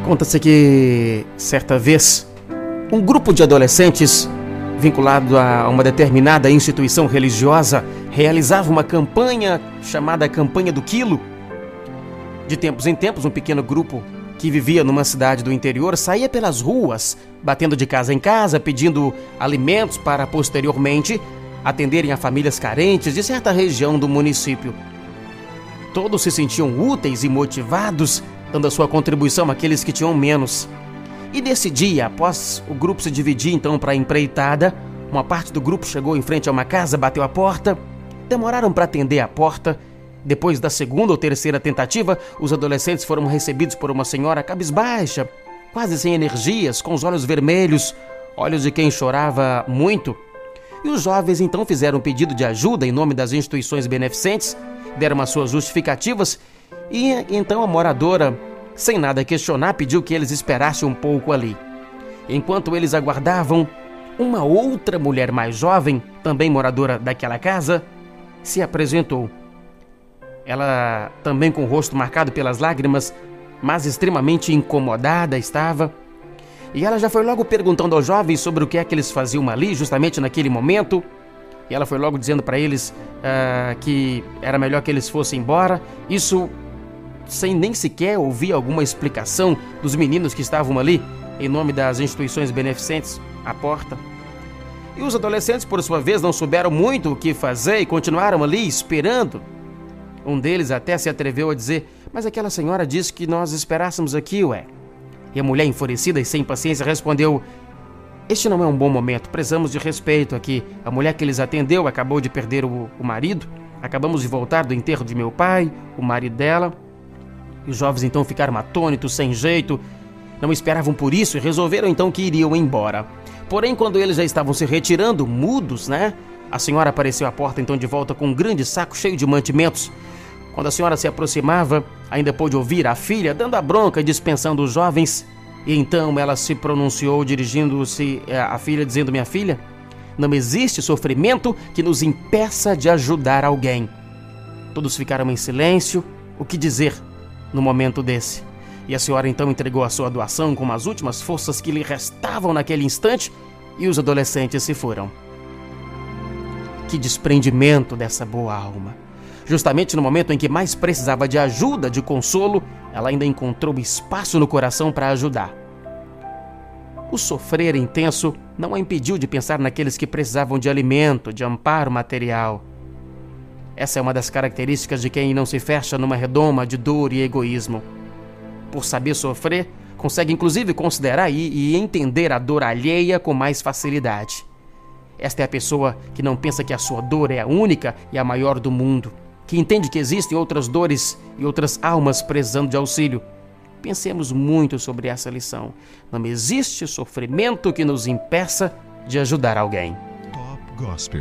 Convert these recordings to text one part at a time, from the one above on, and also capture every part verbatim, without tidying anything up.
Conta-se que, certa vez, um grupo de adolescentes vinculado a uma determinada instituição religiosa realizava uma campanha chamada Campanha do Quilo. De tempos em tempos, um pequeno grupo que vivia numa cidade do interior saía pelas ruas, batendo de casa em casa, pedindo alimentos para posteriormente atenderem a famílias carentes de certa região do município. Todos se sentiam úteis e motivados, dando a sua contribuição àqueles que tinham menos. E nesse dia, após o grupo se dividir então para a empreitada, uma parte do grupo chegou em frente a uma casa, bateu a porta, demoraram para atender a porta. Depois da segunda ou terceira tentativa, os adolescentes foram recebidos por uma senhora cabisbaixa, quase sem energias, com os olhos vermelhos, olhos de quem chorava muito. E os jovens então fizeram um pedido de ajuda em nome das instituições beneficentes, deram as suas justificativas e então a moradora, sem nada a questionar, pediu que eles esperassem um pouco ali. Enquanto eles aguardavam, uma outra mulher mais jovem, também moradora daquela casa, se apresentou. Ela, também com o rosto marcado pelas lágrimas, mas extremamente incomodada estava. E ela já foi logo perguntando aos jovens sobre o que é que eles faziam ali, justamente naquele momento. E ela foi logo dizendo para eles uh, que era melhor que eles fossem embora. Isso sem nem sequer ouvir alguma explicação dos meninos que estavam ali, em nome das instituições beneficentes, à porta. E os adolescentes, por sua vez, não souberam muito o que fazer e continuaram ali esperando. Um deles até se atreveu a dizer: mas aquela senhora disse que nós esperássemos aqui, ué. E a mulher, enfurecida e sem paciência, respondeu: este não é um bom momento, precisamos de respeito aqui. A mulher que eles atendeu acabou de perder o, o marido. Acabamos de voltar do enterro de meu pai, o marido dela. E os jovens então ficaram atônitos, sem jeito. Não esperavam por isso e resolveram então que iriam embora. Porém, quando eles já estavam se retirando, mudos, né? A senhora apareceu à porta então de volta com um grande saco cheio de mantimentos. Quando a senhora se aproximava, ainda pôde ouvir a filha dando a bronca e dispensando os jovens. E então ela se pronunciou, dirigindo-se à filha, dizendo: minha filha, não existe sofrimento que nos impeça de ajudar alguém. Todos ficaram em silêncio. O que dizer no momento desse? E a senhora então entregou a sua doação com as últimas forças que lhe restavam naquele instante, e os adolescentes se foram. Que desprendimento dessa boa alma! Justamente no momento em que mais precisava de ajuda, de consolo, ela ainda encontrou espaço no coração para ajudar. O sofrer intenso não a impediu de pensar naqueles que precisavam de alimento, de amparo material. Essa é uma das características de quem não se fecha numa redoma de dor e egoísmo. Por saber sofrer, consegue inclusive considerar e, e entender a dor alheia com mais facilidade. Esta é a pessoa que não pensa que a sua dor é a única e a maior do mundo, que entende que existem outras dores e outras almas precisando de auxílio. Pensemos muito sobre essa lição. Não existe sofrimento que nos impeça de ajudar alguém. Top Gospel.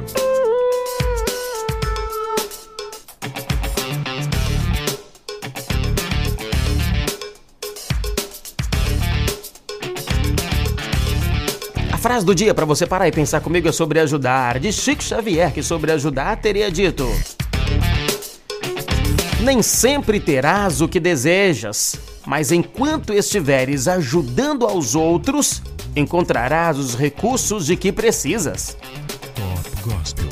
A frase do dia para você parar e pensar comigo é sobre ajudar, de Chico Xavier, que sobre ajudar teria dito: nem sempre terás o que desejas, mas enquanto estiveres ajudando aos outros, encontrarás os recursos de que precisas. Top Gospel.